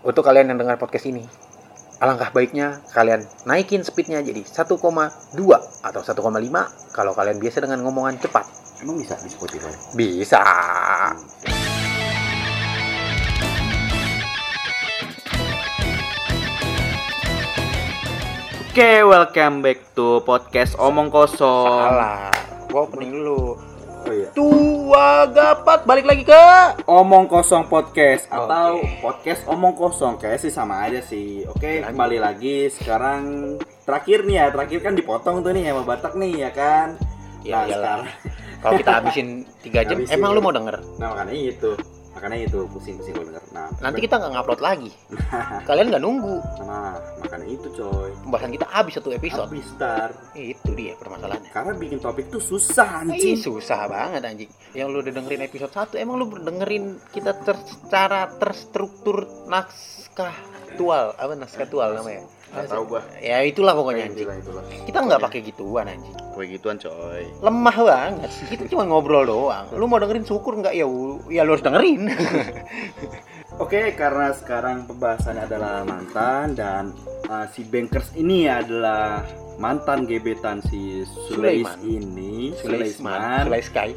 untuk kalian yang dengar podcast ini, alangkah baiknya kalian naikin speednya jadi 1,2 atau 1,5 kalau kalian biasa dengan ngomongan cepat. Emang bisa di Spotify? Bisa. Oke, welcome back to podcast Omong Kosong. Salah. Gua opening dulu. Oh iya. Tua gapat balik lagi ke Omong Kosong Podcast atau Oke. podcast Omong Kosong, kayak sih sama aja sih. Oke, Lanjut. kembali lagi sekarang terakhir nih ya. Terakhir kan dipotong tuh nih sama Batak nih ya kan. Ya, Nah, iyalah. sekarang Kalau kita habisin 3 jam, Habisin. emang lu mau denger? nah makanya itu pusing-pusing kalau denger. Nah, Nanti kita nggak ngupload lagi. Kalian nggak nunggu. makanya itu coy. Pembahasan kita habis satu episode. Habis tar. Itu dia permasalahannya. Karena bikin topik tuh susah Ih, anjing. susah banget anjing. Yang lu udah dengerin episode 1, emang lu dengerin kita secara terstruktur naskah tual namanya? Nggak tahu gua. Ya itulah pokoknya anjing. Itulah. Kita nggak pakai gituan anjing. Kayak gituan coy. Lemah banget. Kita cuma ngobrol doang. Lu mau dengerin syukur nggak ya? Ya lu harus dengerin. Oke, karena sekarang pembahasannya adalah mantan dan si Bankers ini adalah mantan gebetan si Sulaiman ini, Sulaiman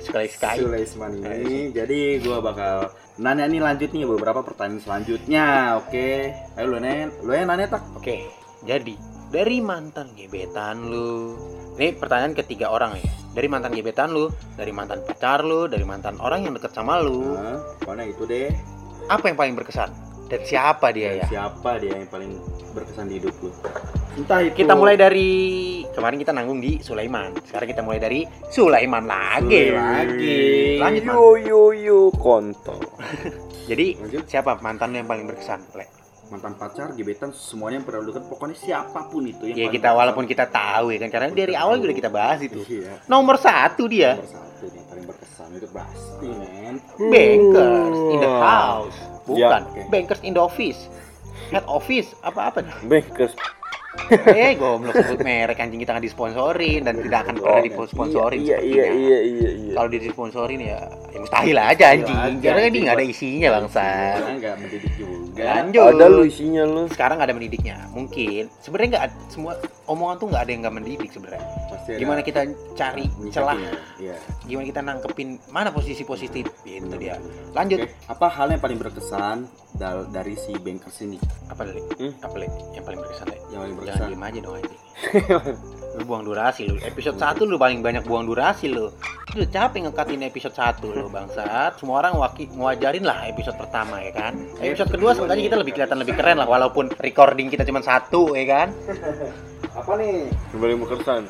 ini. Jadi gua bakal nanya nih lanjut nih beberapa pertanyaan selanjutnya. Oke. Ayo lu yang nanya tak. Oke, jadi dari mantan gebetan lu. Ini pertanyaan ketiga orang ya. Dari mantan gebetan lu, dari mantan pacar lu, dari mantan orang yang deket sama lu. Nah, pokoknya itu deh. Apa yang paling berkesan? Dan siapa dia ya? Siapa dia yang paling berkesan di hidup lu? Entah itu. Kita mulai dari kemarin kita nanggung di Sulaiman. Sekarang kita mulai dari Sulaiman lagi. Lanjut, Man. Yo kontol. Jadi Lanjut. siapa mantan lu yang paling berkesan? Le? Mantan pacar, gebetan, semuanya yang pernah lu deket, pokoknya siapapun itu yang Ya paling kita berkesan. walaupun kita tahu ya kan, karena dari awal udah kita bahas itu. Iya. Nomor 1 dia. Nomor satu yang paling berkesan itu pasti men. Bankers in the house. Bukan, Ya, oke. Bankers in the office. Head office apa-apa nih? Bankers. Goblok sebut merek anjing, kita nggak disponsorin dan tidak akan pernah disponsorin Iya. sepertinya. Kalau dia disponsorin ya mustahil aja anjing. Mustahil aja, Karena dia anjing. nggak ada isinya bangsa. Karena nggak mendidik juga. Lanjut. Ada lu isinya lu. Sekarang ada mendidiknya. Mungkin sebenarnya nggak semua omongan tuh nggak ada yang nggak mendidik sebenarnya. Pasti ada Gimana kita cari celah, menyikapinya. Iya. gimana kita nangkepin mana posisi positif itu dia. Lanjut. Oke. Apa hal yang paling berkesan dari si Bankers ini? Apa Le? Apa Le? Yang paling berkesan Le? Yang paling Jangan berkesan. diem aja dong anjing. Lu buang durasi lu. Episode 1 lu paling banyak buang durasi lu. Lu capek ngekatin episode 1 lu bangsat. Semua orang ngewajarin lah episode pertama ya kan. Episode kedua sebenarnya kita lebih kelihatan lebih keren lah walaupun recording kita cuma 1 ya kan. Apa nih? Kembali berkesan.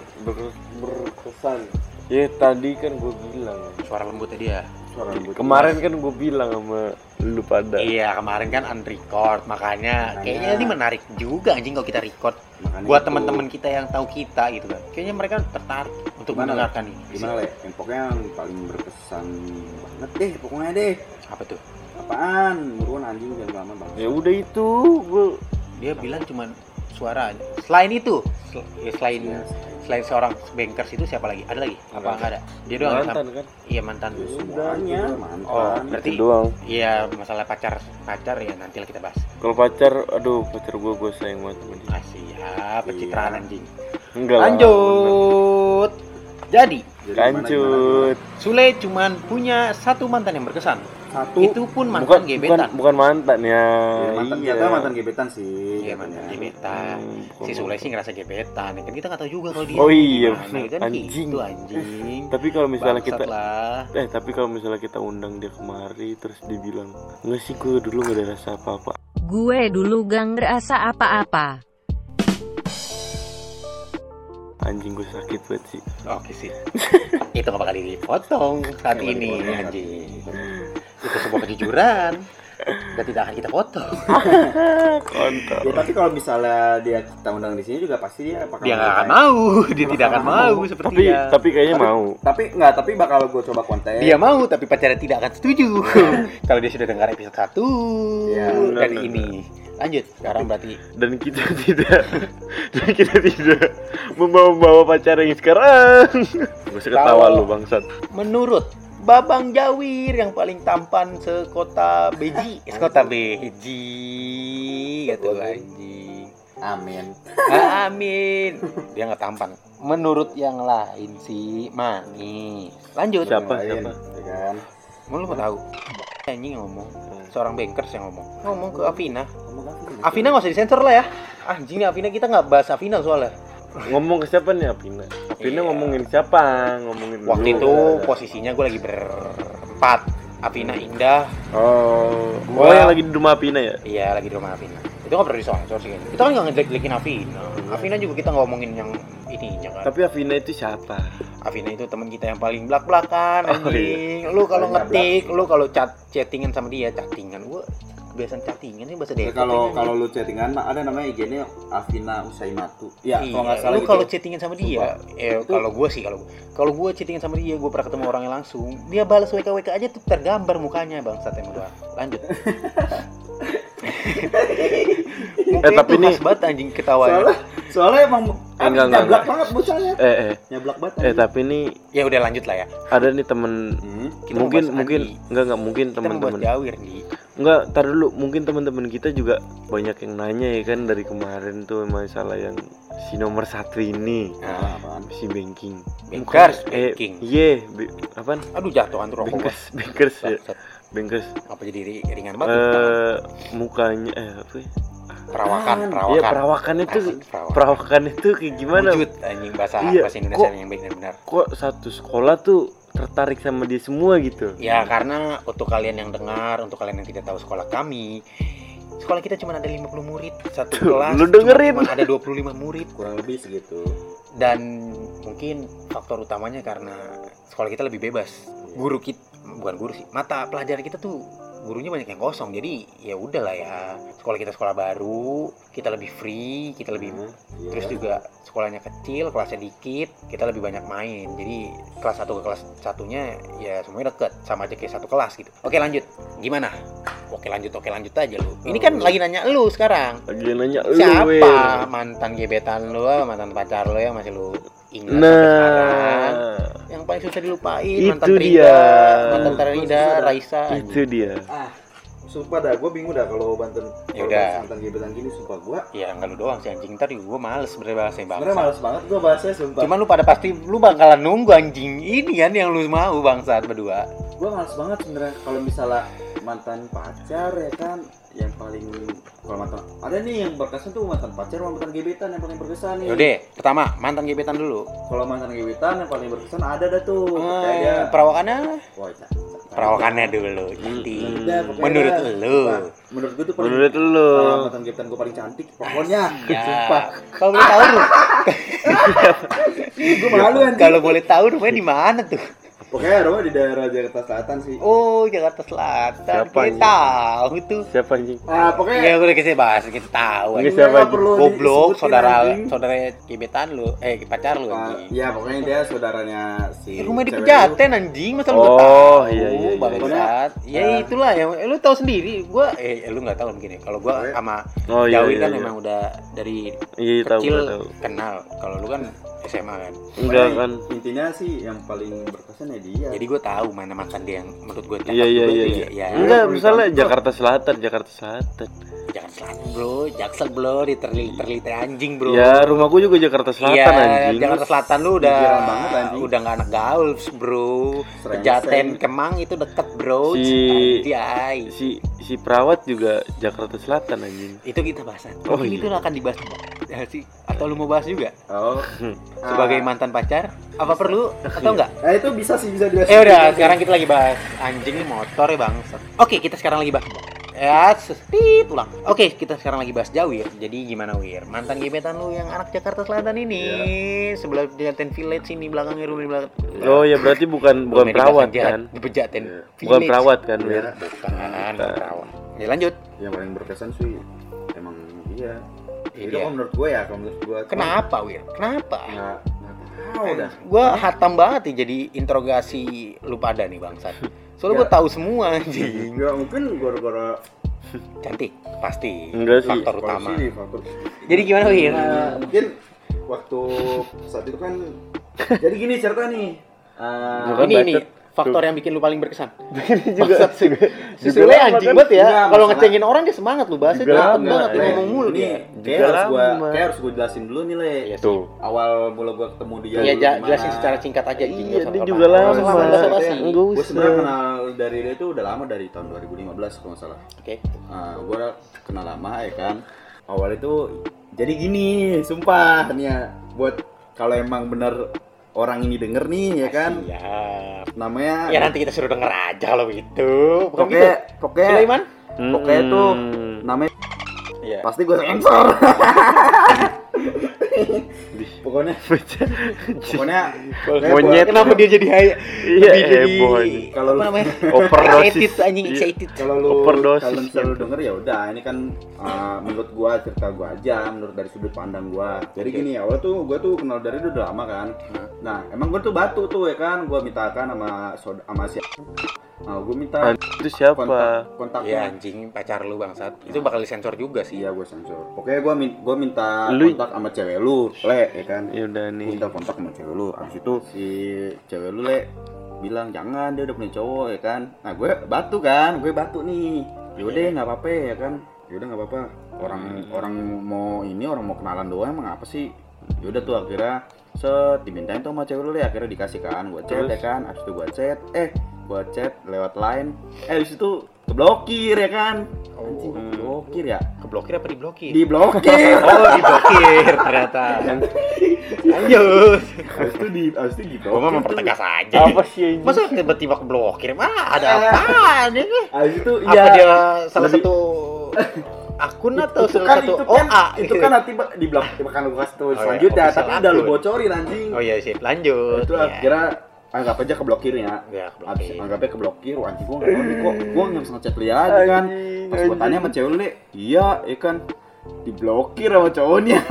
Ya tadi kan gue bilang. Suara lembutnya dia. Suara lembut. Kemarin kan gue bilang sama lu pada. Iya, kemarin kan unrecord makanya kayaknya ini menarik juga anjing kalau kita record. Makanya Buat itu. teman-teman kita yang tahu kita gitu kan. Kayaknya mereka tertarik untuk Gimana, mendengarkan ini. Gimana Le? Yang pokoknya yang paling berkesan banget deh, pokoknya deh. Apa tuh? Apaan? Buruan anjing jangan lama bang. Ya udah itu gue. Dia bilang cuman suara aja. Selain itu, selain seorang bankers itu siapa lagi? Ada lagi? Apa enggak ada? Dia doang. Mantan kan. Iya mantan. Semuanya mantan. Oh, berarti Itu doang. iya masalah pacar ya nanti lah kita bahas. Kalau pacar, aduh pacar gue sayang banget sama dia. Ah, siap, pencitraan Iya. anjing. Enggak lah. Lanjut. Jadi, Jadi Lanjut. Sule cuman punya satu mantan yang berkesan. Satu. Itu pun mantan gebetan. Bukan mantan ya. Ya, mantan Iya. kita mantan gebetan sih. Iya mantan gebetan. bukan Si Sule sih ngerasa gebetan. Ya kan kita nggak tahu juga kalau dia. Oh iya, gimana, kan anjing. gitu anjing. Tapi kalau misalnya Bangsat kita lah. tapi kalau misalnya kita undang dia kemari terus dibilang enggak sih gue dulu gak ada rasa apa-apa. Gue dulu gak ngerasa apa-apa. Anjing gue sakit banget sih. Oke sih. Itu nggak bakal dipotong saat ini anjing. Itu sebuah kejujuran. Dan tidak akan kita potong. Kontol. Ya, tapi kalau misalnya dia kita undang di sini juga pasti dia bakal Dia nggak akan mau. Dia tidak akan mau Tapi sepertinya. kayaknya mau. Tapi bakal gue coba konten. Dia mau tapi pacarnya tidak akan setuju. Kalau dia sudah dengar episode 1 Ya, dari benar. ini. Lanjut. Sekarang berarti Dan kita tidak membawa pacar yang sekarang. Gue usah ketawa Kalau- lu bangsat. menurut Babang Jawir yang paling tampan sekota Beji. Sekota Beji. gitu anjing. Amin. Amin. Dia nggak tampan. Menurut yang lain sih manis. Lanjut. Siapa? Ya kan? Lu mau tahu? Anjing ngomong. Seorang bankers yang ngomong ke Afina. Afina nggak usah disensor lah ya. Anjing nih Afina, kita nggak bahas Afina soalnya. Ngomong ke siapa nih Apina? Apina ngomongin siapa? Ngomongin Waktu dulu. itu posisinya gue lagi berempat. Afina, Indah. Oh, Gua- yang lagi di rumah Apina ya? Iya, lagi di rumah Afina. Itu nggak perlu disensor sih. Kita kan nggak ngejelek-jelekin Afina. Afina juga kita ngomongin yang ininya kan. Tapi Apina itu siapa? Afina itu teman kita yang paling blak-blakan Oh, anjing. Lu kalau Paling ngetik, lu kalau chattingan sama dia, chattingan. Gua kebiasaan chattingan sih bahasa Ya, Depok. kalau lu chattingan ada namanya IG-nya Afina Usaimatu. Ya, iya, kalau nggak salah lu gitu. kalau chattingan sama dia, Itu- kalau gua sih kalau gua chattingan sama dia, gua pernah ketemu orangnya langsung, dia balas WK aja tuh tergambar mukanya bangsat emang gua. Lanjut. Tapi tuh nih- khas banget anjing ketawanya. Soalnya emang Enggak. nyablak banget bocahnya. Eh, Nyablak banget. tapi nih Ya udah lanjut lah ya. ada nih temen Kita mungkin mau bahas Andi. enggak mungkin Kita mau bahas teman-teman Jawir nih. enggak tar dulu mungkin teman-teman kita juga banyak yang nanya ya kan dari kemarin tuh masalah yang si nomor 1 ini Nah, apaan? si banking Bankers, Bukan, banking. apaan Aduh jatuhan tuh rokok gua. bankers ya Bangsat. bankers Apa jadi ringan banget? mukanya apa ya? Perawakan. Iya perawakan itu Asik, perawakan. perawakan itu kayak gimana Wujud anjing bahasa Iya, Indonesia kok- yang baik dan benar. kok satu sekolah tuh tertarik sama dia semua gitu Ya karena untuk kalian yang dengar, untuk kalian yang tidak tahu sekolah kami, sekolah kita cuma ada 50 murid, satu Tuh, kelas lu dengerin. cuma ada 25 murid. Kurang lebih segitu. Dan mungkin faktor utamanya karena sekolah kita lebih bebas. Guru kita bukan guru sih, mata pelajaran kita tuh gurunya banyak yang kosong. Jadi ya udahlah ya, sekolah kita sekolah baru, kita lebih free, kita lebih Iya. terus juga sekolahnya kecil, kelasnya dikit, kita lebih banyak main. Jadi kelas 1 ke kelas 1-nya ya semuanya deket, sama aja kayak satu kelas gitu. Oke lanjut, gimana? Oke lanjut aja lu. Ini kan lagi nanya lu sekarang. lagi nanya lu Siapa Wir. mantan gebetan lu, mantan pacar lu yang masih lu ingat sampai sekarang? Nah Yang paling susah dilupain, Itu mantan dia. Rinda, mantan Tarinda, Raisa. itu dia Sumpah dah, gue bingung dah kalau Banten. Ya kalau udah. bahas mantan gebetan gini, sumpah gue. Ya enggak lu doang sih anjing, ntar juga gue males sebenernya bahasnya Sebenernya bangsa. males banget gue bahasnya, sumpah. Cuman lu pada pasti lu bakalan nunggu anjing ini kan yang lu mau bangsat berdua. Gue males banget sebenarnya kalau misalnya mantan pacar ya kan, yang paling kalau mantan ada nih yang berkesan tuh mantan pacar sama mantan gebetan yang paling berkesan nih. Yaudah, pertama mantan gebetan dulu. Kalau mantan gebetan yang paling berkesan ada dah tuh. Kayak Perawakannya, wah, perawakannya dulu. Jadi Udah, pokoknya menurut dah. lu. Sumpah, menurut gue tuh paling menurut lu mantan gebetan gue paling cantik pokoknya. Ya, Sumpah. kalau boleh tahu lu, Gue malu anjing. kalau boleh tahu rumahnya di mana tuh? Pokoknya rumah di daerah Jakarta Selatan sih. Oh, Jakarta Selatan. Siapa Kita anjing? tahu tuh. siapa anjing Ah, pokoknya Ya udah kita bahas, kita tahu. Ini anjing. siapa nggak anjing? perlu Goblok, disebutin, saudara anjing. gebetan lu, pacar lu Ah, anjing. ya pokoknya dia saudaranya si Rumah di cewek Pejaten anjing, masa lu Oh, nggak tahu? iya, iya, Bangsat. Ya Ah. itulah ya, lu tahu sendiri. Gua lu nggak tahu begini. Kalau gua Oke. sama oh iya Jawi iya, kan iya. memang udah dari iya tahu kecil tahu kenal. Kalau lu kan SMA kan. enggak Pokoknya kan intinya sih yang paling berkesan ya dia. Jadi gua tahu mana mantan dia yang menurut gua cakep iya iya dulu iya tuh iya ya. enggak Bro. misalnya Jakarta Selatan Jangan selatan bro, Jaksel bro, terlite anjing bro. ya rumahku juga Jakarta Selatan Iya, anjing Jakarta Selatan lu udah Pikiran banget, anjing. udah nggak anak gaul bro. Sering- Pejaten sering. Kemang itu deket bro. Si- Anjay. si perawat juga Jakarta Selatan anjing Itu kita bahas. Oh, Mungkin iya. itu akan dibahas ya, sih. Atau lu mau bahas juga Oh. sebagai mantan pacar? Apa perlu atau enggak? Nah, itu bisa sih bisa dibahas. Udah, sekarang kita lagi bahas anjing motor ya bang. Oke, kita sekarang lagi bahas. Ya, ulang. Oke, kita sekarang lagi bahas Jawir. Jadi gimana Wir? Mantan gebetan lu yang anak Jakarta Selatan ini, sebelah Pejaten Village ini belakangnya rumah di belakang. oh ya berarti bukan Rumah di perawat belakang kan Di Pejaten Iya. bukan Village. perawat kan Iya. Wir Bukan perawat. Ya lanjut. Yang paling berkesan sih emang iya. Itu Iya. kalau menurut gue ya, kalau menurut gue. Kenapa Wir? Kenapa? Nggak tahu dah. Gue hatam banget nih jadi interogasi lu pada nih bangsat. Soalnya gue tahu semua anjing. Enggak mungkin gara-gara Cantik, pasti. Enggak sih. Faktor utama. polisi, faktor. Jadi gimana Wir? Nah, mungkin waktu saat itu kan jadi gini cerita nih. Bukan Ini bacot. faktor yang bikin lu paling berkesan? Ini juga Bangsat sih. Si Sule lama anjing kan? banget ya. Enggak, Kalau masalah- ngecengin orang dia semangat lu bahasnya Juga cepet lama, banget ya. ngomong mulu Ini dia. kayak harus gue jelasin dulu nih, Le. Iya sih. Tuh. Awal mula gue ketemu dia. Iya, dulu gimana. jelasin secara singkat aja. Iya, dia juga lama. Enggak Gue sebenarnya usah. kenal dari dia itu udah lama, dari tahun 2015 kalau nggak salah. Oke. Gue udah kenal lama ya kan. Awal itu jadi gini, sumpah nih ya, buat kalau emang bener orang ini denger nih ya kan, Siap. namanya Ya nanti kita suruh denger aja kalau gitu. Bukan gitu. pokoknya Sulaiman? pokoknya tuh namanya Iya. pasti gue sensor. pokoknya Monyet. Kenapa dia jadi Iya, lebih jadi heboh ini. Kalau apa namanya? Overdosis. Excited anjing, Iya. excited. kalau lu Overdosis kalau selalu gitu. denger ya udah, ini kan menurut gua, cerita gua aja, menurut dari sudut pandang gua. Jadi gini, awal tuh gua tuh kenal dari itu udah lama kan. Nah, emang gua tuh batu tuh ya kan, gua mintakan sama si gua minta Itu siapa? kontaknya. Ya anjing, pacar lu bangsat. Itu bakal disensor juga sih. Iya, gua sensor. Pokoknya gua minta Lu- kontak sama cewek lu, Le, ya kan. Ya udah Gua nih. minta kontak sama cewek lu. Abis itu si cewek lu, Le, bilang jangan, dia udah punya cowok ya kan. Nah, gue batu nih. Yaudah nggak apa-apa ya kan. Yaudah nggak apa-apa. Orang mau kenalan doang, emang apa sih? Yaudah tuh akhirnya dimintain tuh sama cewek lu, Le. Akhirnya dikasih kan, gue chat ya kan. Abis itu gue chat lewat line. Abis itu keblokir ya kan. Anjing, keblokir ya. Keblokir apa diblokir? Diblokir. Oh, diblokir ternyata. Lanjut. Abis itu diblokir. Gua mah mempertegas aja. Apa sih ini? Masa tiba-tiba keblokir? Ada apaan ini? Abis itu Apa ya. dia salah lebih- satu akun atau itu salah kan satu itu kan OA? itu kan nanti di belakang bakal lu kasih tahu iya, selanjutnya, official tapi udah lu akun. bocorin anjing. Oh iya sih, lanjut. Itu Iya. akhirnya anggap aja keblokirnya. Ya, Abis keblokir. anggapnya keblokir, wah, anjing gua nggak tahu nih kok, gua nggak bisa ngechat dia aja kan. Pas gua tanya sama cewek lu, Le, iya, ya kan diblokir sama cowoknya.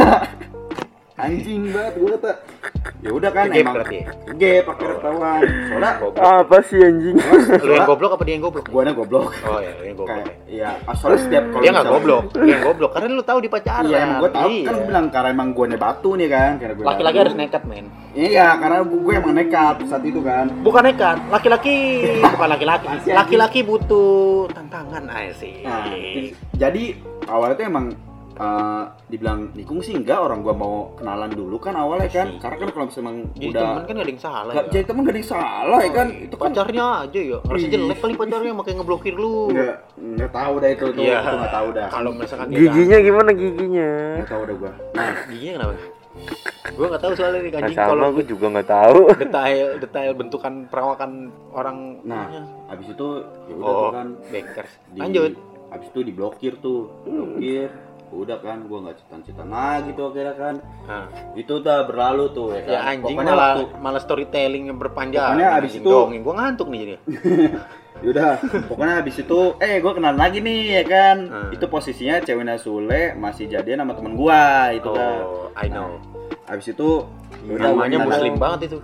Anjing banget gua kata. Ya udah kan, Ngegep emang berarti ya? ngegep pakai ketahuan. Soalnya Apa sih anjing? Lu yang goblok apa dia yang goblok? gua goblok. Oh iya, lu yang goblok. Kayak iya, soalnya setiap kalau Dia nggak misalnya- goblok, dia yang goblok karena lu tahu di pacaran. Iya, emang gue tau, Iya. kan gue bilang karena emang gue batu nih kan, karena gue Laki-laki batu. harus nekat, men. Iya, karena gue emang nekat saat itu kan. Bukan nekat, bukan laki-laki. Laki-laki butuh tantangan aja sih. Nah, jadi awalnya tuh emang dibilang nikung sih enggak, orang gue mau kenalan dulu kan awalnya kan, Sih. karena kan kalau misalnya emang Jadi udah teman kan gak ada yang salah. gak, Ya. jadi temen gak ada yang salah ya kan, itu kan Pacarnya aja ya. Harusnya Ih. jelek kali pacarnya makanya ngeblokir lu. nggak tahu dah itu Iya. itu nggak tahu dah, Kalau misalkan dia Giginya gimana giginya? nggak tahu dah gue. Nah, giginya kenapa? Gue nggak tahu soalnya nih Nah, anjing sama kalau gue juga nggak tahu. detail bentukan perawakan orang. nah, punya. abis itu ya udah Oh, tuh kan. bakers. Lanjut. Abis itu diblokir tuh, blokir. Udah kan, gue nggak cetan-cetan lagi tuh akhirnya kan. Nah, Itu udah berlalu tuh ya kan. ya anjing Pokoknya malah waktu- malah storytelling yang berpanjang. Pokoknya abis Anjing itu- dongeng. Gue ngantuk nih jadi. Yaudah, pokoknya abis itu, gue kenal lagi nih ya kan. Itu posisinya ceweknya Sule masih jadian sama temen gue, itu kan. Oh, I know. Abis itu, yaudah, gua Namanya minta- muslim banget itu.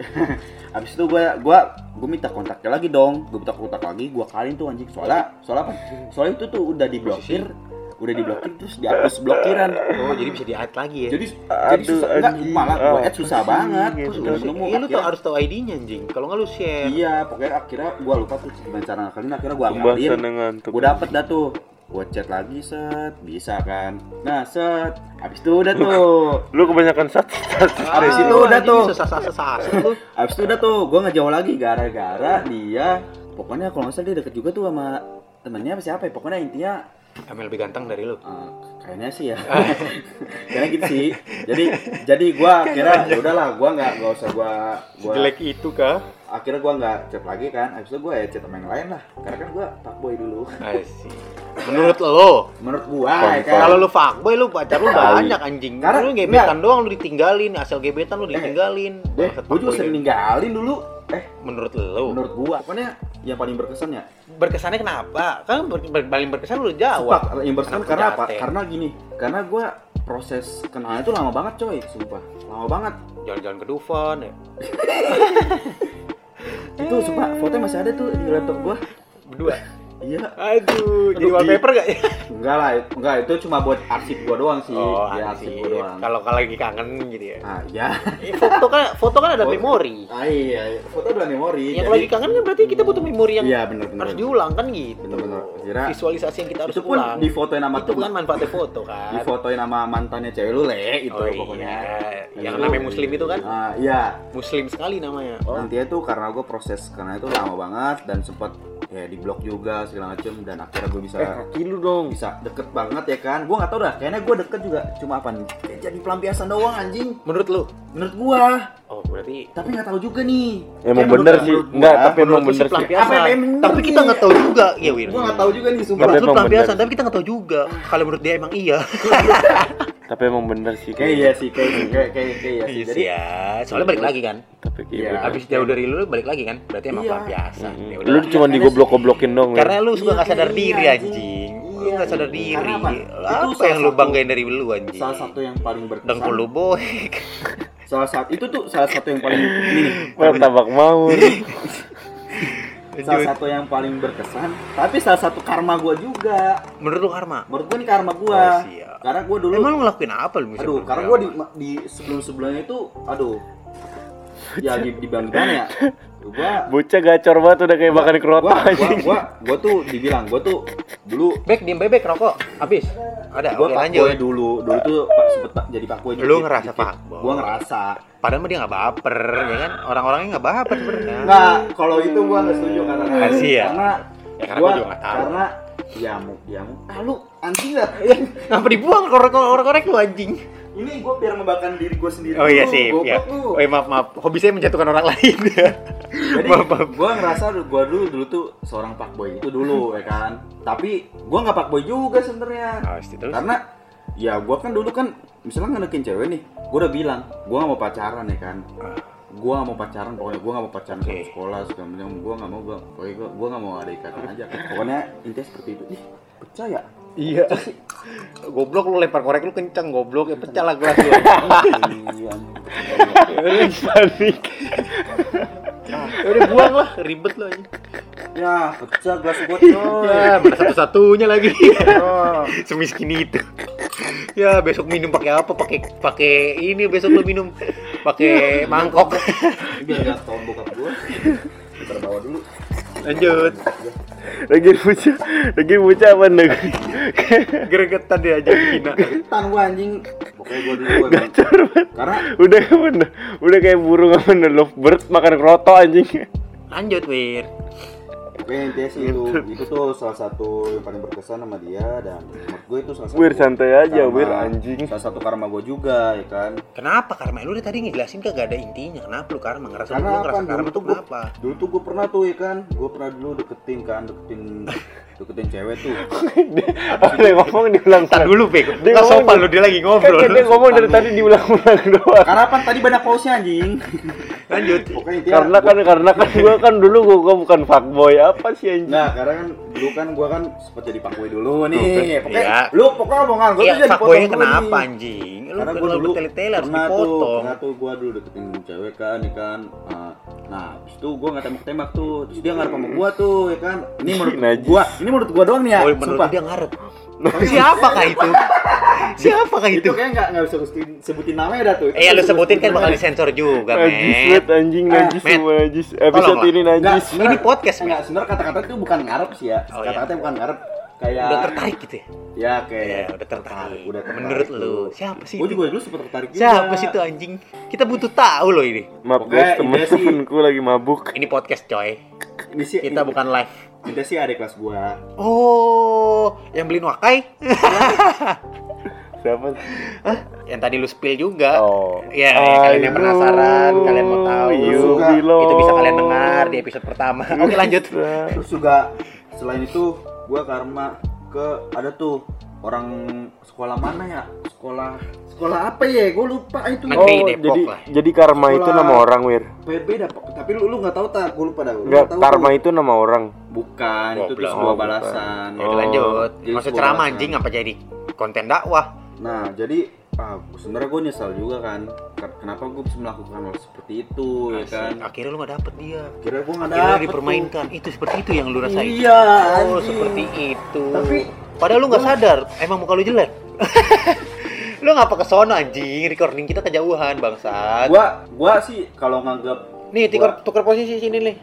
Abis itu gue minta kontaknya lagi dong. Gue minta kontak lagi, gue kaliin tuh anjing. Soalnya apa? Soalnya itu tuh udah diblokir terus dihapus blokiran. Oh, jadi bisa di-add lagi ya. Jadi Aduh, susah, enggak, anjing. malah gue add susah Apa sih banget. gitu? Terus udah nemu, Iya, lu tuh akhirnya- harus tahu ID-nya anjing. Kalau nggak lu share. Iya, pokoknya akhirnya gue lupa tuh gimana cara ngakalin. Akhirnya gue Pembahasan akalin, yang ngantuk. gue dapet dah tuh. Gue chat lagi, bisa kan. Nah, abis itu udah tuh. Lu kebanyakan sat. Abis itu udah tuh. Sesas lu. Abis itu udah tuh, gue ngejauh lagi gara-gara dia. Pokoknya kalau nggak salah dia deket juga tuh sama temennya apa siapa ya. Pokoknya intinya Emang lebih ganteng dari lu. kayaknya sih ya. Kayaknya gitu sih. Jadi gue kira ya udahlah, gue nggak usah gue Jelek itu kah? akhirnya gue nggak chat lagi kan. Abis itu gue ya chat sama yang lain lah, karena kan gue fuckboy dulu. Asik. Menurut lo, Menurut gue ya kan. kalau lu fuckboy lu pacar lu banyak anjing. Karena- Lu gebetan doang lu ditinggalin, asal gebetan lu ditinggalin. gue juga sering ninggalin dulu. Menurut lo. Menurut gue pokoknya yang paling berkesan ya. Berkesannya kenapa? Kan paling berkesan lu jawab. Sumpah, yang berkesan Kenapa karena apa? jaten? Karena gini, karena gue proses kenalnya itu lama banget coy, sumpah, lama banget. Jalan-jalan ke Dufan ya. Itu sumpah, fotonya masih ada tuh di laptop gue. Berdua. Iya. Aduh, jadi Aduh, wallpaper gak ya? Enggak, itu cuma buat arsip gua doang sih. Oh, Ya, arsip anjir. gua doang. Kalau lagi kangen gitu ya. Ah, ya. Foto kan ada memori. Ah, iya, foto udah memori. Yang lagi kangen kan berarti kita butuh memori yang Iya, benar. harus diulang kan gitu. Bener. Kira Visualisasi yang kita harus itu pun ulang. difotoin sama Itu kan manfaatnya foto kan. difotoin sama mantannya cewek lu itu Oh, pokoknya. iya. Yang Itu- namanya muslim itu kan. Ah, iya. Muslim sekali namanya. Nantinya tuh karena gue proses karena itu lama banget dan sempat ya di blok juga segala macem dan akhirnya gue bisa Kaki lu dong. bisa deket banget ya kan. Gue nggak tahu dah, kayaknya gue deket juga cuma apa nih? Kayak jadi pelampiasan doang anjing. Menurut lu? Menurut gua. Oh, berarti Tapi nggak tahu juga nih. Emang Kayak bener menurut- sih. menurut Enggak, gua- tapi emang menurut lu bener sih sih. pelampiasan. Apa yang bener Tapi kita nih? nggak tahu juga, ya Wir. Gua nggak tahu juga nih sumpah. Menurut lu emang pelampiasan, bener. tapi kita nggak tahu juga. Kalau menurut dia emang iya. Tapi emang bener sih. Kayak iya sih, kayak iya sih. Jadi ya, soalnya balik lagi kan. Tapi kayak Iya. bener. Abis jauh dari lu balik lagi kan. Berarti emang Iya. pelampiasan. Mm-mm. Ya Lu udah. cuma digoblok-goblokin dong. Karena lu Iya, suka nggak sadar kayak diri iya, anjing. Lu Iya, nggak sadar anjing. diri. Karena apa? Itu Apa salah yang lu satu- banggain dari lu anjing? salah satu yang paling berkesan. Dengkul lu boy. Salah satu yang paling ini nih. Martabak mau. Salah satu yang paling berkesan, tapi salah satu karma gua juga. Menurut lu karma? Menurut gua ini karma gua. Oh, siap. Karena gua dulu Emang lu ngelakuin apa lu? bisa aduh, menurut karena karma? gua di sebelum-sebelumnya itu aduh. Ya di bang gimana ya? Gua Bocah gacor banget udah kayak makan kerotok anjing. gua tuh dibilang gua tuh dulu Bek, diem bebek rokok. Habis. Ada. gua Oke, pak lanjut. boy dulu tuh sempet jadi pak boy. Lu ngerasa pak boy? Gua ngerasa. Padahal mah dia nggak baper, ya kan? Orang-orangnya nggak baper sebenarnya. Nah, kalau itu gua nggak setuju karena Masih ya? karena Ya, karena gua juga nggak tahu. Karena ya lu anjing lah. Ngapa dibuang korek-korek lu anjing? Ini gue biar membanggakan diri gue sendiri. Oh iya dulu, sih, goblok ya. lu. Oh iya, maaf. Hobi saya menjatuhkan orang lain. Jadi maaf. gue ngerasa gue dulu tuh seorang fuckboy itu dulu ya kan. Tapi gue nggak fuckboy juga sebenarnya. Oh, terus? Karena ya gue kan dulu kan misalnya ngedekin cewek nih, gue udah bilang gue nggak mau pacaran ya kan. Gue gak mau pacaran, pokoknya gue gak mau pacaran Oke. ke sekolah segala macam. Gue gak mau, gue gak mau ada ikatan aja. Pokoknya intinya seperti itu. Ih, percaya? Iya. Goblok lu lempar korek lu kencang goblok, ya pecah lah gelas lu. Iya. Panik. Ya udah buang lah, ribet lu anjing. Ya, pecah gelas gue coy. Ya, mana satu-satunya lagi. Oh. Semiskin itu. Ya, besok minum pakai apa? Pakai ini besok lu minum pakai mangkok. Biar gak tau bokap gue. Kita bawa dulu. Lanjut. Lagi bocah apa nih? Gregetan dia aja hina. Tan gue anjing. Pokoknya gue dulu emang. Gacor banget. Karena Udah kayak burung apa nih lovebird makan kerotok anjing. Lanjut, Wir. pokoknya intinya sih itu tuh salah satu yang paling berkesan sama dia dan menurut gue itu salah satu. Wir santai aja, karma- Wir anjing. Salah satu karma gue juga ya kan. Kenapa karma? Lu udah tadi ngejelasin kagak ada intinya. Kenapa lu karma? Ngerasa Karena lu apa? ngerasa karma tuh kenapa? Dulu tuh gue pernah tuh ya kan. Gue pernah dulu deketin cewek tuh. Apa dia ngomong diulang Entar dulu, Bek. Dia Enggak ngomong sopan di- lu dia lagi Kan ngobrol. dia ngomong dari tadi diulang-ulang doang. Karena apa? Tadi banyak pause-nya anjing. Lanjut. Pokoknya intinya Karena kan gua kan dulu gua bukan fuckboy apa sih anjing. nah, karena kan dulu kan gue kan sempet jadi fuckboy dulu nih. Pokoknya Iya. pokoknya omongan gue Iya, tuh jadi fuckboy-nya potong dulu kenapa nih. anjing? Lu Karena gue kalau dulu bertele-tele harus pernah dipotong. gue dulu deketin cewek kan, ya kan. Nah, habis itu gue nggak tembak tuh, terus dia ngarep sama gue tuh, ya kan. Ini menurut gue doang nih ya, Oh, menurut sumpah. dia ngarep. Siapakah itu? Siapakah itu? Itu kayak nggak bisa sebutin namanya dah tuh. Eh, lu sebutin kan bakal disensor juga, Najis men. banget anjing, najis Men. semua najis. Episode Tolonglah. ini najis. Ini podcast, enggak, sebenarnya kata-kata itu bukan ngarep sih ya. Oh, iya. Kata-katanya bukan ngarep, kayak Udah tertarik gitu ya? ya kayak Ya, udah tertarik. Udah tertarik Menurut tuh. lu, siapa sih Gue itu? juga dulu sempet tertarik juga. Siapa sih itu anjing? Kita butuh tahu loh ini. Maaf Pokoknya guys, intinya sih- temen-temenku lagi mabuk. Ini podcast, coy. Ini sih Kita bukan live. Kita sih adik kelas gua. Oh, yang beliin wakai? Siapa? Yang tadi lu spill juga. Oh. Ya, kalian yang penasaran, kalian mau tahu. You Suka. belong. Itu bisa kalian dengar di episode pertama. Oke, lanjut. Terus juga selain itu gua karma ke ada tuh orang sekolah mana ya? Sekolah apa ya? Gue lupa itu. Negeri Oh, Depok lah. jadi karma itu Sekolah- nama orang, Wir. Beda, tapi lu nggak tahu tak? Gue lupa dah. Lu Enggak, nggak tahu karma tuh. itu nama orang. Bukan, itu tuh Goblok. sebuah Oh, bukan. balasan. Ya, lanjut. Jadi Masa sebuah ceramah balasan. anjing apa jadi konten dakwah? Nah, jadi sebenarnya gue nyesal juga kan. Kenapa gue bisa melakukan hal seperti itu ya kan? Akhirnya lu nggak dapet dia. Kira gue nggak Akhirnya dapet dipermainkan. Itu seperti itu yang lu rasain. Iya. Oh, anjing. seperti itu. Tapi padahal lu nggak sadar, emang muka lu jelek. Lu ngapa ke sono anjing? Recording kita kejauhan, bangsat. Gua sih kalau nganggap Nih, tuker posisi sini nih.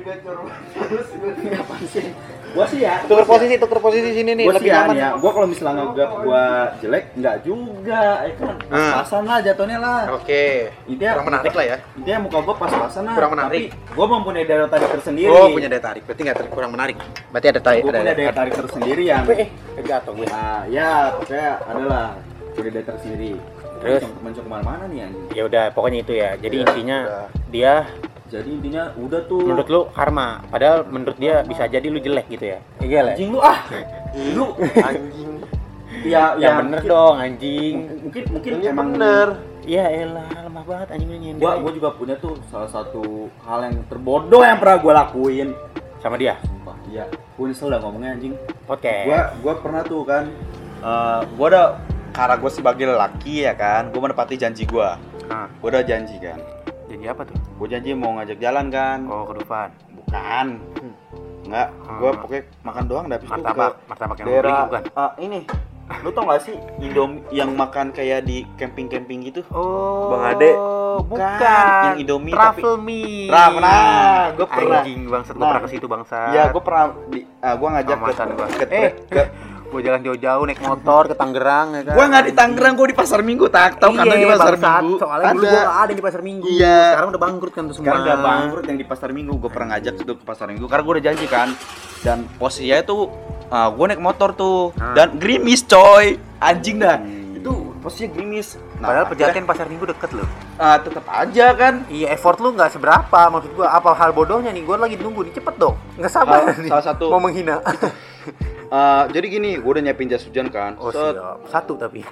apaan sih? Gua sih ya. Tuker posisi sini nih, Gua lebih sih aman. ya. Gua kalau misalnya nganggap gua jelek enggak juga, ya kan. Pas-pasan lah jatuhnya lah. Oke. Intinya Kurang menarik lah ya. Intinya muka gua pas-pasan lah. Kurang menarik. Tapi gua mempunyai daya tarik tersendiri. Oh, punya daya tarik. Berarti nggak kurang menarik. Berarti ada Gua punya daya tarik tersendiri yang jatuh gue. nah, ya pokoknya adalah punya daya tarik sendiri. Terus? Mencoba kemana-mana nih anjing. Ya udah, pokoknya itu ya. Jadi Ya, intinya udah. dia Jadi intinya udah tuh. menurut lu karma, padahal menurut dia bisa jadi lu jelek gitu ya. Iya lah. anjing lu lu Anjing. ya Yang bener dong anjing. mungkin Ini emang bener. Iya elah, lemah banget anjing lu nyender. gua juga punya tuh salah satu hal yang terbodoh yang pernah gua lakuin. Sama dia. Sumpah, iya. Gua nyesel dah ngomongnya anjing. Podcast. Gua pernah tuh kan gua udah karena gue sebagai lelaki ya kan, gue menepati janji gue. Gue udah janji kan. Jadi apa tuh? Gue janji mau ngajak jalan kan. Oh, ke Dufan. Bukan. Enggak. Gue pokoknya makan doang dah. Habis itu Martabak ke yang beli daerah. bukan? Ini. Lu tau gak sih Indomie yang makan kayak di camping-camping gitu? Oh, Bang Ade. Bukan. Yang Indomie Travel tapi me. Nah, gue pernah. Anjing bangsat, gue Nah. pernah ke situ bangsat. Iya, gue pernah gue ngajak Amasan gua. ke Gue jalan jauh-jauh naik motor ke Tangerang ya kan. gue nggak di Tangerang, gue di Pasar Minggu. Tahu kan di Pasar Minggu. Soalnya dulu gue ada di Pasar Minggu. Iya. Sekarang udah bangkrut kan tuh semua. Sekarang udah bangkrut yang di Pasar Minggu. Gue pernah ngajak itu ke Pasar Minggu karena gue udah janji kan. Dan posisinya itu gue naik motor tuh dan gerimis coy, anjing dah. Itu posisinya gerimis. Padahal Pejaten Pasar Minggu deket loh. Tetap aja kan. Iya, effort lu nggak seberapa. Maksud gua apa hal bodohnya nih? Gua lagi nunggu nih, cepet dong. Nggak sabar nih. Salah satu mau menghina. jadi gini, gue udah nyiapin jas hujan kan. Oh siap. Satu tapi.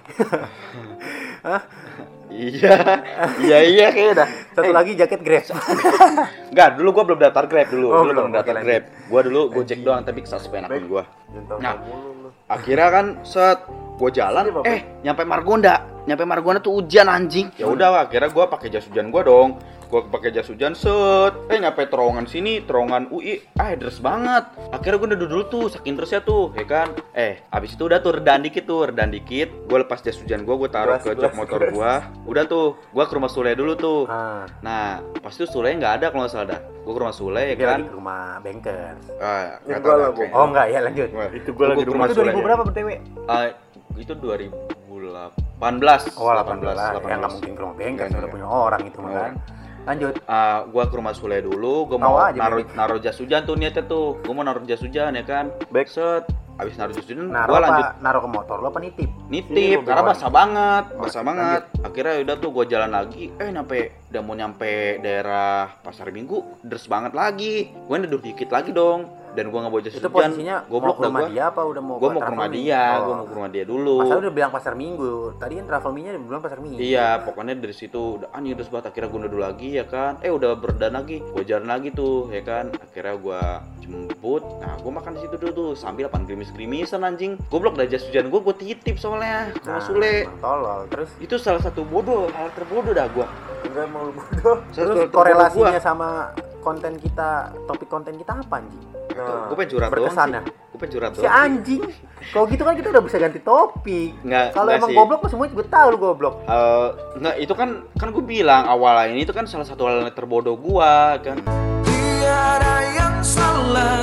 Iya kayak dah. Satu lagi jaket Grab. Enggak, dulu gue belum daftar Grab dulu. Oh, Dulu belum. belum daftar Oke, Grab. Gue dulu Gojek doang tapi kesuspend akun gue. Nah, Mulu lu. akhirnya kan gue jalan, nyampe Margonda tuh hujan anjing. Ya udah, akhirnya gue pakai jas hujan gue dong. Gue pakai jas hujan nyampe terowongan sini, terowongan UI, deres banget. Akhirnya gue udah duduk tuh, saking deresnya tuh, ya kan. Abis itu udah tuh redaan dikit. Gue lepas jas hujan gue taruh ke jok motor gue. Udah tuh, gue ke rumah Sule dulu tuh. Nah, pas itu Sule nggak ada kalau nggak salah dah. Gue ke rumah Sule ya Dia kan. lagi ke rumah Bankers. Nggak Gua tahu lah, dah, gua. kayaknya. Oh enggak ya, lanjut. Itu gua lagi di rumah Itu Sule. 2000 berapa BTW? Itu 2018. Oh, 18. Ya enggak mungkin ke rumah Bankers, udah punya orang itu mah kan. Lanjut. Gua ke rumah Sule dulu, gua Tahu mau aja, naruh jas hujan tuh niatnya tuh. Gua mau naruh jas hujan ya kan. Baik. Abis naruh jas hujan, Naruh gua lanjut naruh ke motor lo apa nitip? nitip Ini karena gua basah banget. Akhirnya udah tuh gua jalan lagi, udah mau nyampe daerah Pasar Minggu, deres banget lagi. Gua duduk dikit lagi dong. Dan gua nggak bawa jas Itu hujan. posisinya Goblok mau ke rumah dah dia apa udah mau Gua ke mau ke rumah Travel Me? dia, Oh. gua mau ke rumah dia dulu. Masa udah bilang Pasar Minggu. Tadi kan Travel Me-nya udah bilang Pasar Minggu. Iya, pokoknya dari situ udah anjing terus banget. Akhirnya gue duduk lagi ya kan. Udah berdan lagi. Gue jalan lagi tuh ya kan. Akhirnya gue jemput. Nah, gue makan di situ dulu tuh sambil apaan gerimis-gerimisan anjing. Goblok dah jas hujan gue titip soalnya sama Sule. Emang tolol. Terus Itu salah satu hal terbodoh dah gue. Enggak mau lu bodoh. terus korelasinya sama konten kita, topik konten kita apa anjing? Gue pengen curhat doang berkesan sih. ya? Gue pengen curhat Si doang. anjing. Kalau gitu kan kita udah bisa ganti topik. Kalau emang sih. goblok mah semua juga tahu lu goblok. Enggak, itu kan gue bilang awalnya ini itu kan salah satu hal yang terbodoh gue kan. Tiada yang salah,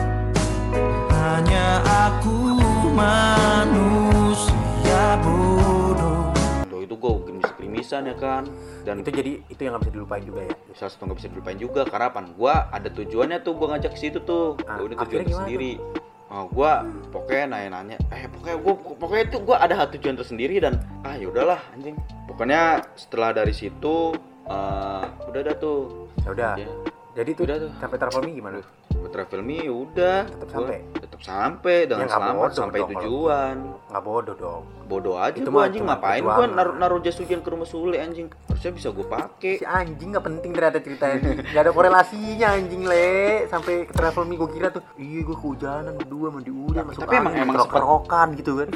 hanya aku manusia bodoh. Tuh itu gue gerimis-gerimisan ya kan. Dan Itu jadi itu yang nggak bisa dilupain juga ya. salah satu nggak bisa dilupain juga karena apa? Gue ada tujuannya tuh, gue ngajak ke situ tuh. Udah akhirnya tujuan gimana sendiri. Gue pokoknya nanya-nanya. Pokoknya itu gue ada tujuan tersendiri dan yaudahlah anjing. Pokoknya setelah dari situ udah dah tuh. Ya udah. Ya. Jadi tuh Udah tuh. sampai Travel Me gimana? Buat Travel Me udah Tetap gua sampai. tetap sampai dengan Ya, nggak selamat bodoh sampai dong kalau tujuan. Nggak bodoh dong. Bodoh aja Itu gua mah anjing, cuma ngapain gua perjuangan. naruh jas hujan ke rumah Sule anjing. Harusnya bisa gua pakai. Si anjing nggak penting ternyata ceritanya nih. Nggak ada korelasinya anjing le sampai ke Travel Me gue kira tuh iya gue kehujanan berdua mandi hujan masuk Tapi emang kerokan gitu kan.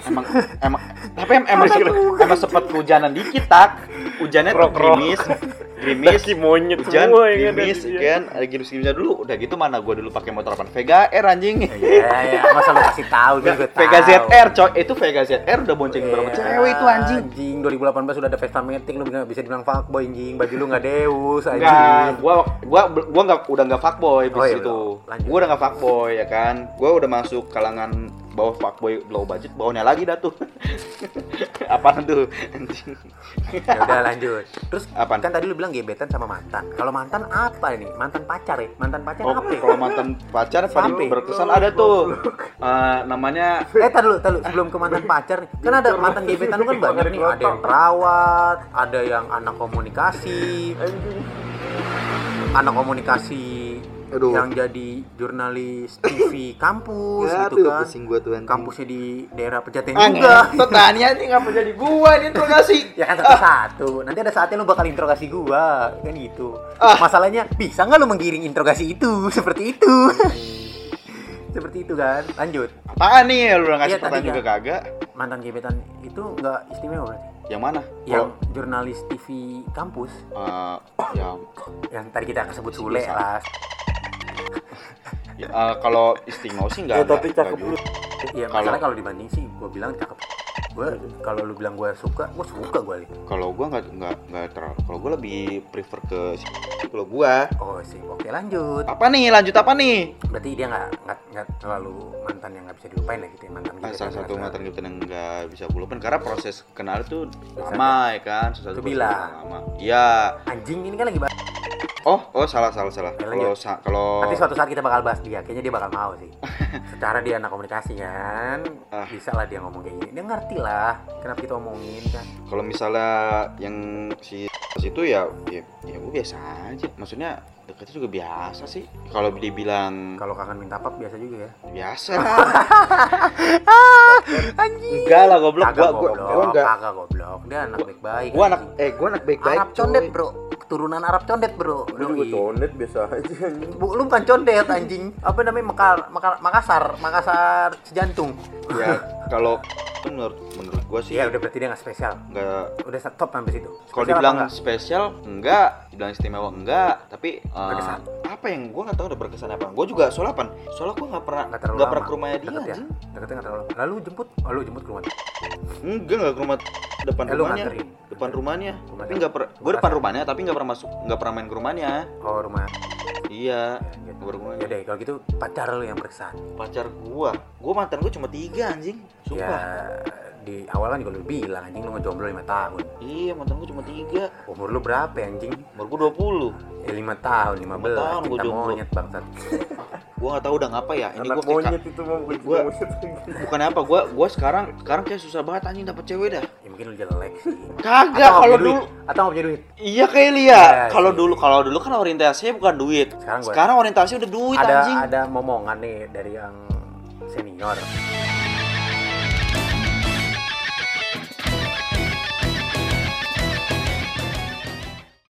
emang sempat kehujanan dikit tak. Hujannya tuh gerimis, Kaki monyet hujan, semua ya kan, gerimis, dari dia. kan, ada gerimis-gerimisnya dulu. Udah gitu mana gua dulu pakai motor apaan? Vega R anjing. Iya, masa lu kasih tahu gue juga tahu. Vega ZR coy, itu Vega ZR udah boncengin berapa Iya, cewek itu anjing. Anjing 2018 sudah ada Vespa Matic lu nggak bisa dibilang fuckboy anjing. Baju lu nggak Deus anjing. Enggak, gua enggak udah enggak fuckboy bis Oh, iya, itu. belum. Lanjut. Gua udah enggak fuckboy ya kan. Gua udah masuk kalangan bawah fuckboy low budget, bawahnya lagi dah tuh. Apaan tuh anjing? Ya udah lanjut. Terus Apaan? kan tadi lu bilang gebetan sama mantan. Kalau mantan apa ini? Mantan pacar ya? Mantan pacar Oh, apa? Ya? kalau mantan pacar paling Sampai. berkesan ada tuh. Namanya Tar dulu, sebelum ke mantan pacar nih. Kan ada mantan gebetan lu kan banyak nih. Ada yang perawat, ada yang anak komunikasi. Anak komunikasi Aduh. yang jadi jurnalis TV kampus ya, gitu tuh, kan. pusing gua tuh anjing. Kampusnya di daerah Pejaten Ah, juga. Tanya nih ngapa jadi gua ini interogasi. Ya kan satu-satu. Nanti ada saatnya lu bakal interogasi gua, kan gitu. Ah. Masalahnya bisa nggak lu menggiring interogasi itu seperti itu? Seperti itu kan. Lanjut. Apaan nih lu udah ngasih Iya, tadi pertanyaan juga kan. kagak? Mantan gebetan itu nggak istimewa berarti? Yang mana? Yang jurnalis TV kampus Yang yang tadi kita sebut Sule Bisa. lah. kalau istimewa sih enggak. Tapi cakep lu. Iya, masalah kalau dibanding sih gua bilang cakep. Gua kalau lu bilang gua suka gua lihat. Kalau gua enggak terlalu. Kalau gua lebih prefer ke kalau gua. Oh sih, oke lanjut. Apa nih? Lanjut apa nih? Berarti dia nggak terlalu mantan yang nggak bisa dilupain lah gitu ya, mantan gebetan Salah yang satu nggak mantan gebetan yang nggak bisa gue lupain karena proses kenal itu Bisa lama ya kan. Salah satu Itu proses bilang. yang lama. Iya. anjing ini kan lagi bahas. Oh salah. Ya, Kalau lanjut. kalau Nanti suatu saat kita bakal bahas dia. Kayaknya dia bakal mau sih. Secara dia anak komunikasi kan, bisa lah dia ngomong kayak gini. Dia ngerti lah kenapa kita omongin kan. kalau misalnya yang si itu ya gue biasa aja. Maksudnya deketnya juga biasa sih. Kalau dibilang Kalau kangen minta pap biasa juga ya. biasa. Anjing. Enggak lah goblok. Kagak Gua goblok, enggak. kagak goblok. Dia anak baik-baik. Gue anak anjing. gue anak baik-baik. Arab condet, Bro. Keturunan Arab condet, Bro. Gue juga Yoi. condet biasa aja anjing. Lu bukan condet anjing. Apa namanya? Makassar sejantung. Ya kalau menurut gue sih Iya, udah berarti dia nggak spesial. enggak. Udah stop sampai situ. Kalau Spesial dibilang apa enggak? spesial enggak, dibilang istimewa enggak, tapi Berkesan. apa yang gue nggak tahu udah berkesan apa. Gue juga soalnya apa? Soalnya gue nggak pernah Nggak terlalu nggak pernah lama. ke rumahnya dia. Deket ya? anjing. Deketnya nggak terlalu. Lalu jemput? Oh, lu jemput ke rumah. Enggak ke rumah depan Lu rumahnya. nganterin. Depan rumahnya. Rumah Tapi dalam. nggak pernah. Gue depan rumahnya tapi nggak pernah masuk, nggak pernah main ke rumahnya. Oh, rumah. Iya. Gitu. Nggak pernah. Ya deh, kalau gitu pacar lu yang berkesan. Pacar gue mantan gue cuma 3 anjing. Ya Sumpah. di awal kan juga lu bilang anjing lu ngejomblo 5 tahun. Iya mantan gue cuma 3. Umur lu berapa ya, anjing? Umur gue 20. Ya 5 tahun, 15. tahun gua Cinta jomblo. monyet bangsat. Gue nggak tahu udah ngapa ya. Ini Anak gue monyet itu mau Gua- bukan apa. Gue sekarang kayak susah banget anjing dapet cewek dah. Ya mungkin lu jelek sih. Kagak Atau kalau nggak punya dulu. duit. Atau nggak punya duit. Iya kayak Lia. Iya Kalau sih. dulu kan orientasinya bukan duit. Sekarang gua- Sekarang orientasi udah duit anjing. Ada momongan nih dari yang senior.